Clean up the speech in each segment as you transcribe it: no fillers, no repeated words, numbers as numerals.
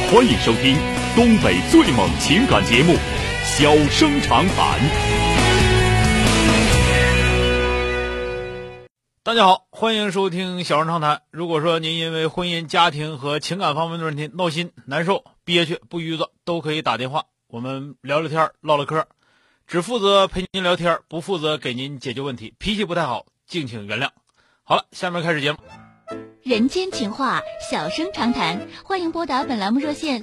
欢迎收听东北最猛情感节目《小生长谈》。 大家好，欢迎收听《小生长谈》。如果说您因为婚姻、家庭和情感方面的问题闹心、难受、憋屈、不愉快，都可以打电话，我们聊聊天、唠唠嗑，只负责陪您聊天，不负责给您解决问题。脾气不太好，敬请原谅。好了，下面开始节目。 人间情话，小生长谈，欢迎拨打本栏目热线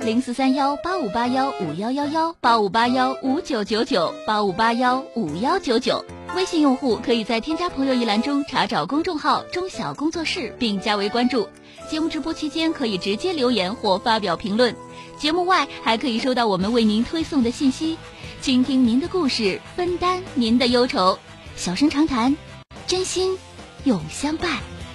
0431-8581-5111、8581-5999、8581-5199。微信用户可以在添加朋友一栏中查找公众号中小工作室并加为关注。节目直播期间可以直接留言或发表评论，节目外还可以收到我们为您推送的信息，倾听您的故事，分担您的忧愁。小生长谈，真心永相伴。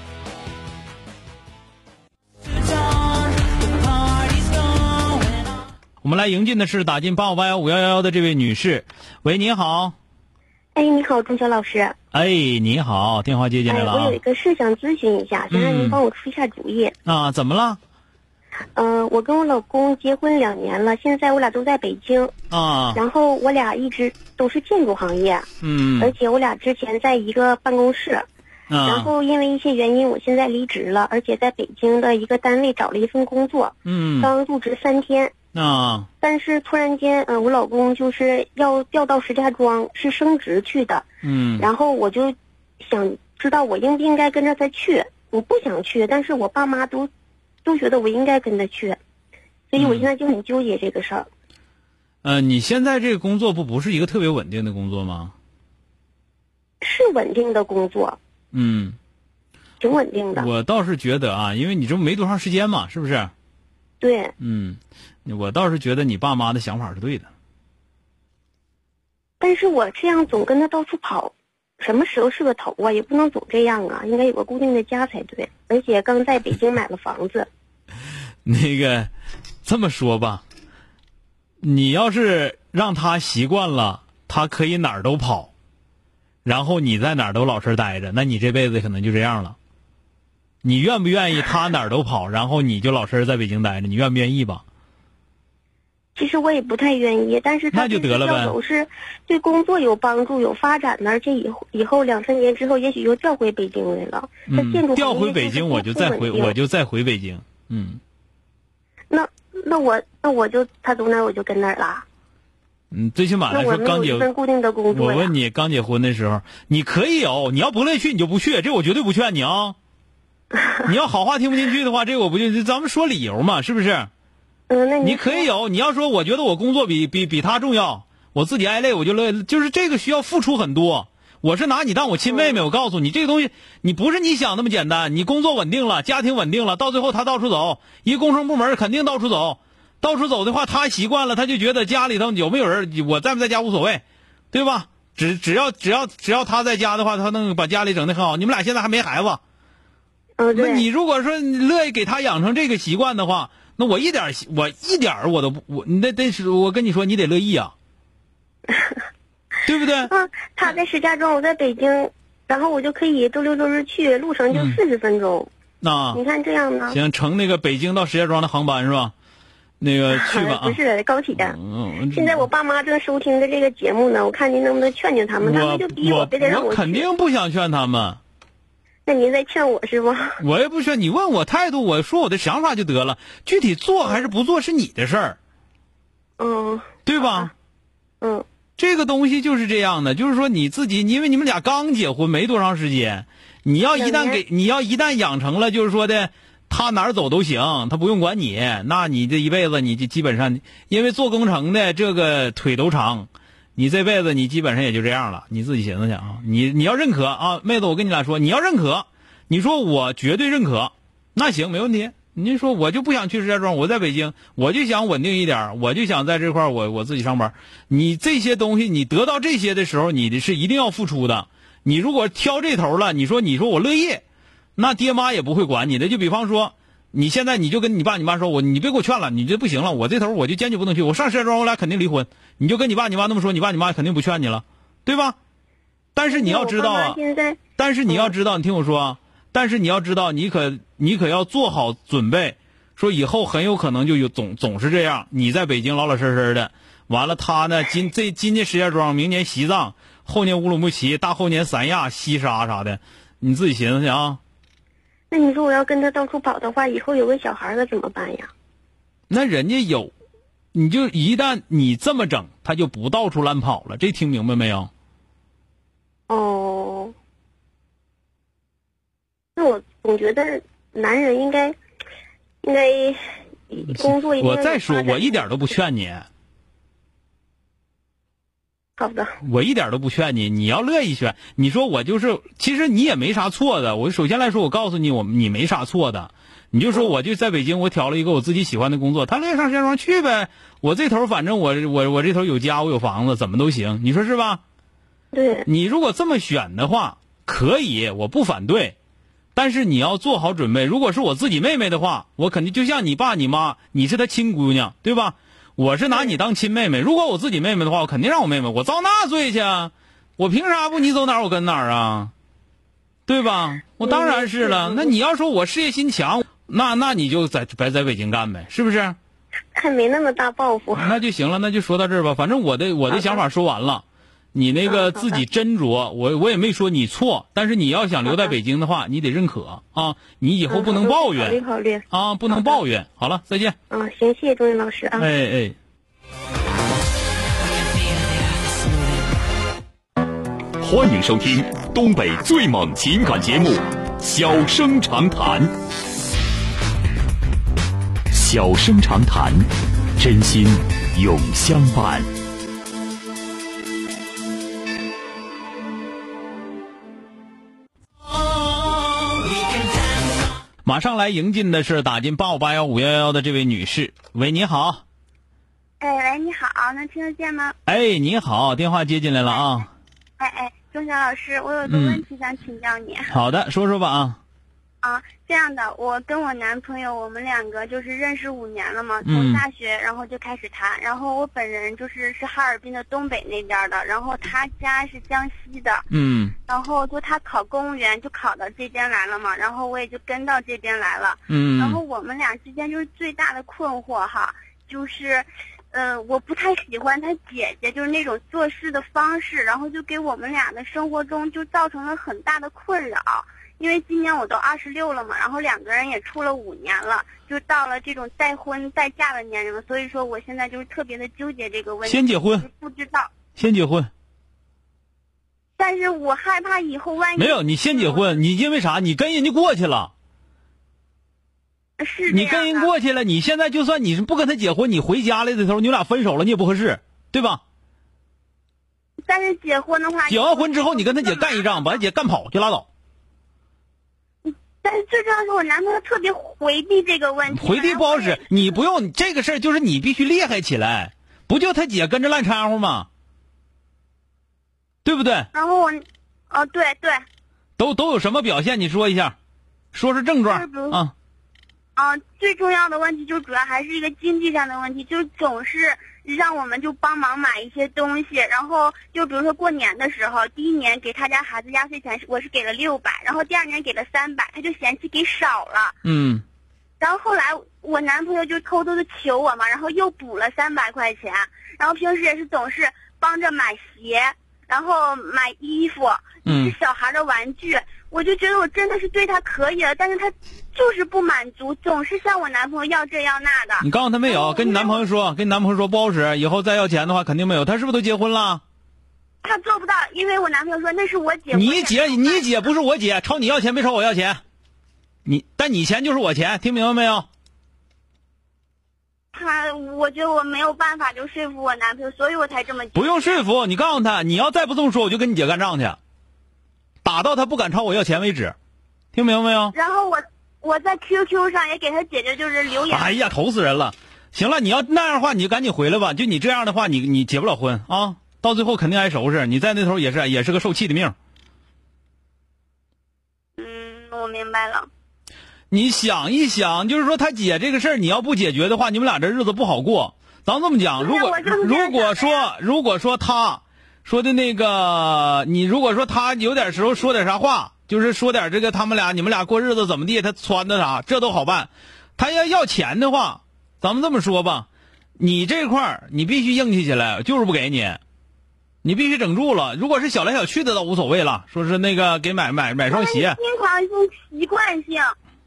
我们来迎进的是打进8581-5111的这位女士。喂，您好。 哎，你好，钟晓老师。 哎，你好，电话接进来了啊。 我有一个事想咨询一下，想让您帮我出一下主意。 啊，怎么了？ 我跟我老公结婚2年了，现在我俩都在北京啊。 然后我俩一直都是建筑行业，而且我俩之前在一个办公室。然后因为一些原因，我现在离职了，而且在北京的一个单位找了一份工作。刚入职3天。但是突然间，我老公就是要调到石家庄，是升职去的。然后我就想知道我应不应该跟着他去。我不想去，但是我爸妈都觉得我应该跟他去，所以我现在就很纠结这个事儿。 你现在这个工作不是一个特别稳定的工作吗？ 是稳定的工作。挺稳定的。 我倒是觉得啊，因为你这没多长时间嘛，是不是？ 对。 我倒是觉得你爸妈的想法是对的。 但是我这样总跟他到处跑，什么时候是个头啊？也不能总这样啊，应该有个固定的家才对。而且刚在北京买了房子。 这么说吧，你要是让他习惯了，他可以哪儿都跑，然后你在哪儿都老实待着，那你这辈子可能就这样了。你愿不愿意他哪儿都跑，然后你就老实在北京待着？你愿不愿意吧？ 其实我也不太愿意，但是他这个调走是对工作有帮助、有发展的，而且以后2-3年之后，也许又调回北京来了。 调回北京，我就再回北京。 那我就他走哪儿我就跟哪儿了。 最起码来说， 刚结婚固定的工作。 我问你，刚结婚的时候，你可以有，你要不乐意去你就不去，这我绝对不劝你啊。你要好话听不进去的话，这我不就咱们说理由嘛，是不是？ 那你可以有，你要说我觉得我工作比他重要，我自己挨累我就乐意，就是这个需要付出很多。我是拿你当我亲妹妹，我告诉你，这个东西你不是你想那么简单。你工作稳定了，家庭稳定了，到最后他到处走，一个工程部门肯定到处走，到处走的话，他习惯了，他就觉得家里头有没有人，我在不在家无所谓，对吧？只要他在家的话，他能把家里整得很好。你们俩现在还没孩子，那你如果说你乐意给他养成这个习惯的话，那我一点我都不，那是我跟你说，你得乐意啊，对不对？ 他在石家庄，我在北京，然后我就可以周六周日去，路程就40分钟。你看这样呢？ 行，乘那个北京到石家庄的航班是吧？去吧。 不是高铁。现在我爸妈正收听着这个节目呢，我看您能不能劝劝他们，他们就逼我非得让我去。 我肯定不想劝他们。 那您在劝我是吗？ 我也不劝，你问我态度，我说我的想法就得了，具体做还是不做是你的事儿。对吧？这个东西就是这样的，就是说你自己，因为你们俩刚结婚没多长时间，你要一旦养成了，就是说的他哪儿走都行，他不用管你，那你这一辈子你就基本上，因为做工程的这个腿都长。你这辈子你基本上也就这样了，你自己寻思想啊，你要认可啊，妹子，我跟你俩说，你要认可，你说我绝对认可，那行没问题。你说我就不想去石家庄，我在北京，我就想稳定一点，我就想在这块我自己上班。你这些东西，你得到这些的时候，你是一定要付出的。你如果挑这头了，你说我乐意，那爹妈也不会管你的。就比方说，你现在你就跟你爸你妈说，你别给我劝了，你这不行了，我这头我就坚决不能去，我上石家庄我俩肯定离婚。你就跟你爸你妈那么说，你爸你妈肯定不劝你了，对吧？但是你要知道啊，但是你要知道，你听我说啊，但是你要知道，你可要做好准备， 说以后很有可能就总是这样，你在北京老老实实的，完了他呢今年石家庄，明年西藏，后年乌鲁木齐，大后年三亚、西沙啥的，你自己寻思去啊。 那你说我要跟他到处跑的话，以后有个小孩了怎么办呀？ 那人家有，你就一旦你这么整，他就不到处乱跑了，这听明白没有？ 哦，那我总觉得男人应该工作一定要。 我再说，我一点都不劝你。 好的。 我一点都不劝你，你要乐意劝。你说我就是，其实你也没啥错的。我首先来说，我告诉你，你没啥错的。你就说我就在北京，我挑了一个我自己喜欢的工作，他乐意上石家庄去呗。我这头反正我这头有家，我有房子，怎么都行。你说是吧？ 对。 你如果这么选的话，可以，我不反对。但是你要做好准备，如果是我自己妹妹的话，我肯定就像你爸你妈，你是她亲姑娘，对吧？我是拿你当亲妹妹。如果我自己妹妹的话，我肯定让我妹妹，我遭那罪去啊！我凭啥不你走哪儿我跟哪儿啊？对吧？我当然是了。那你要说我事业心强，那你就在北京干呗，是不是？ 还没那么大抱负。 那就行了，那就说到这儿吧。反正我的想法说完了。你那个自己斟酌，我也没说你错，但是你要想留在北京的话，你得认可啊！你以后不能抱怨， 考虑啊，不能抱怨。好了，再见。 行，谢谢钟云老师啊。 哎。 欢迎收听东北最猛情感节目《小生长谈》。小生长谈，真心永相伴。 马上来迎进的是打进8581511的这位女士。喂，你好。 喂，你好，能听得见吗？ 你好，电话接进来了啊。 钟晓老师，我有个问题想请教你。 好的，说说吧啊。 这样的，我跟我男朋友，我们两个就是认识5年了嘛，从大学然后就开始谈，然后我本人是哈尔滨的东北那边的，然后他家是江西的，然后就他考公务员就考到这边来了嘛，然后我也就跟到这边来了，然后我们俩之间就是最大的困惑哈，就是我不太喜欢他姐姐就是那种做事的方式，然后就给我们俩的生活中就造成了很大的困扰。因为今年我都26了嘛，然后2个人也处了5年了，就到了这种再婚再嫁的年龄了，所以说我现在就是特别的纠结这个问题。 先结婚， 不知道。 先结婚。 但是我害怕以后万一。 没有，你先结婚，你因为啥？你跟人家过去了。 是。 你跟人过去了，你现在就算你是不跟他结婚，你回家了这头，你俩分手了，你也不合适，对吧？ 但是结婚的话。 结完婚之后，你跟他姐干一仗，把他姐干跑就拉倒。 但是最重要是我男朋友特别回避这个问题。 回避不好使，你不用这个事儿，就是你必须厉害起来，不就他姐跟着烂掺和吗？对不对？ 然后我，对。 都有什么表现？你说一下，说是症状啊。 最重要的问题就主要还是一个经济上的问题，就总是让我们就帮忙买一些东西，然后就比如说过年的时候，第一年给他家孩子压岁钱我是给了600，然后第2年给了300，他就嫌弃给少了。然后后来我男朋友就偷偷的求我嘛，然后又补了300块钱，然后平时也是总是帮着买鞋，然后买衣服，小孩的玩具。我就觉得我真的是对他可以了，但是他就是不满足，总是向我男朋友要这要那的。 你告诉他没有？跟你男朋友说不好使，以后再要钱的话肯定没有。他是不是都结婚了？ 他做不到，因为我男朋友说那是我姐。 你姐不是我姐，朝你要钱没朝我要钱。但你钱就是我钱，听明白没有？ 我觉得我没有办法就说服我男朋友，所以我才这么。 不用说服，你告诉他，你要再不这么说，我就跟你姐干仗去。打到他不敢朝我要钱为止，听明白没有？ 然后我在 QQ 上也给他姐姐就是留言。 哎呀，愁死人了！行了，你要那样的话，你就赶紧回来吧。就你这样的话，你结不了婚啊，到最后肯定挨收拾。你在那头也是个受气的命。 我明白了。 你想一想，就是说他姐这个事儿，你要不解决的话，你们俩这日子不好过。咱这么讲，如果说他。说的那个，你如果说他有点时候说点啥话，就是说点这个你们俩过日子怎么地，他撺掇啥，这都好办。 他要钱的话，咱们这么说吧，你这块儿你必须硬气起来，就是不给你，你必须整住了。如果是小来小去的倒无所谓了，说是那个给买双鞋。 经常性习惯性。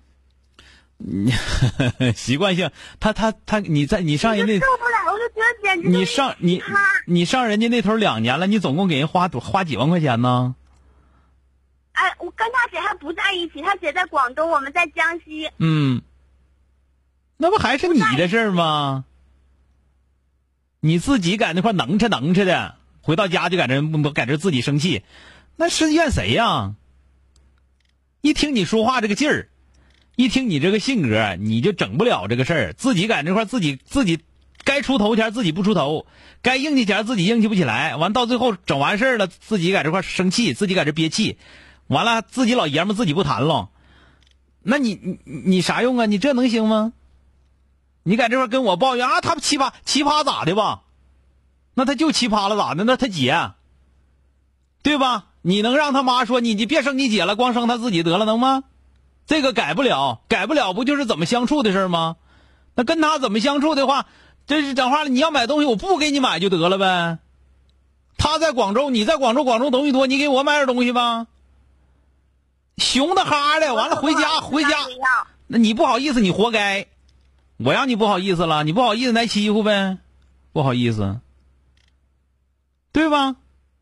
习惯性，他你上人家受不了，我就觉得简直你上人家那头2年了，你总共给人花几万块钱呢？ 哎，我跟他姐还不在一起，他姐在广东，我们在江西。 那不还是你的事儿吗？你自己在那块能吃的，回到家就在这自己生气，那是怨谁呀？一听你说话这个劲儿，一听你这个性格，你就整不了这个事儿。自己在这块自己该出头前自己不出头，该硬气前自己硬气不起来，完到最后整完事儿了，自己在这块生气，自己在这憋气，完了自己老爷们自己不谈了，那你啥用啊？你这能行吗？你在这块跟我抱怨啊，他奇葩咋的吧？那他就奇葩了咋的？那他姐，对吧？你能让他妈说你别生你姐了，光生他自己得了，能吗？这个改不了不就是怎么相处的事吗？那跟他怎么相处的话，这是讲话了，你要买东西我不给你买就得了呗。他在广州，你在广州东西多，你给我买点东西吧。熊的哈的，完了回家，那你不好意思，你活该。我让你不好意思了，你不好意思来欺负呗，不好意思，对吧？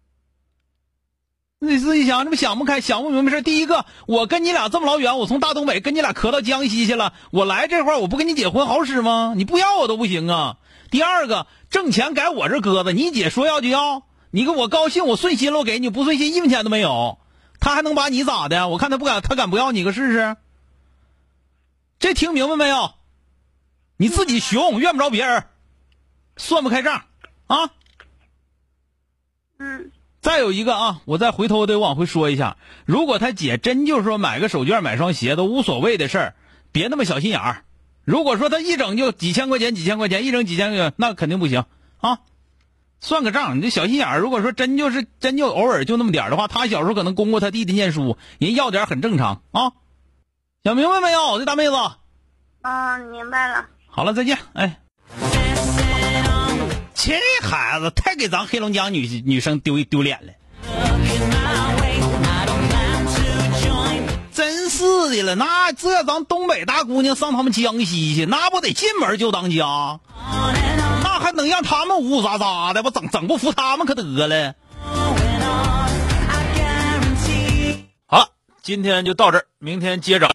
你自己想，这不想不开，想不明白事。第一个，我跟你俩这么老远，我从大东北跟你俩磕到江西去了，我来这块儿我不跟你结婚好使吗？你不要我都不行啊。第二个，挣钱改我这搁着，你姐说要就要，你给我高兴，我顺心了我给你，不顺心1分钱都没有。他还能把你咋的？我看他敢不要你个试试？这听明白没有？你自己熊，怨不着别人，算不开账啊。再有一个啊，我再回头得往回说一下，如果他姐真就是说买个手绢买双鞋都无所谓的事儿，别那么小心眼儿。如果说他一整就几千块钱，一整几千块钱，那肯定不行啊。算个账，你这小心眼儿，如果说真就偶尔就那么点的话，他小时候可能供过他弟弟念书，人要点很正常啊。想明白没有，这大妹子？ 明白了。 好了，再见。哎，这孩子太给咱黑龙江女生丢脸了，真是的了。那这咱东北大姑娘上他们江西去，那不得进门就当家？那还能让他们呜呜喳喳的？我整不服他们可得了。好了，今天就到这儿，明天接着。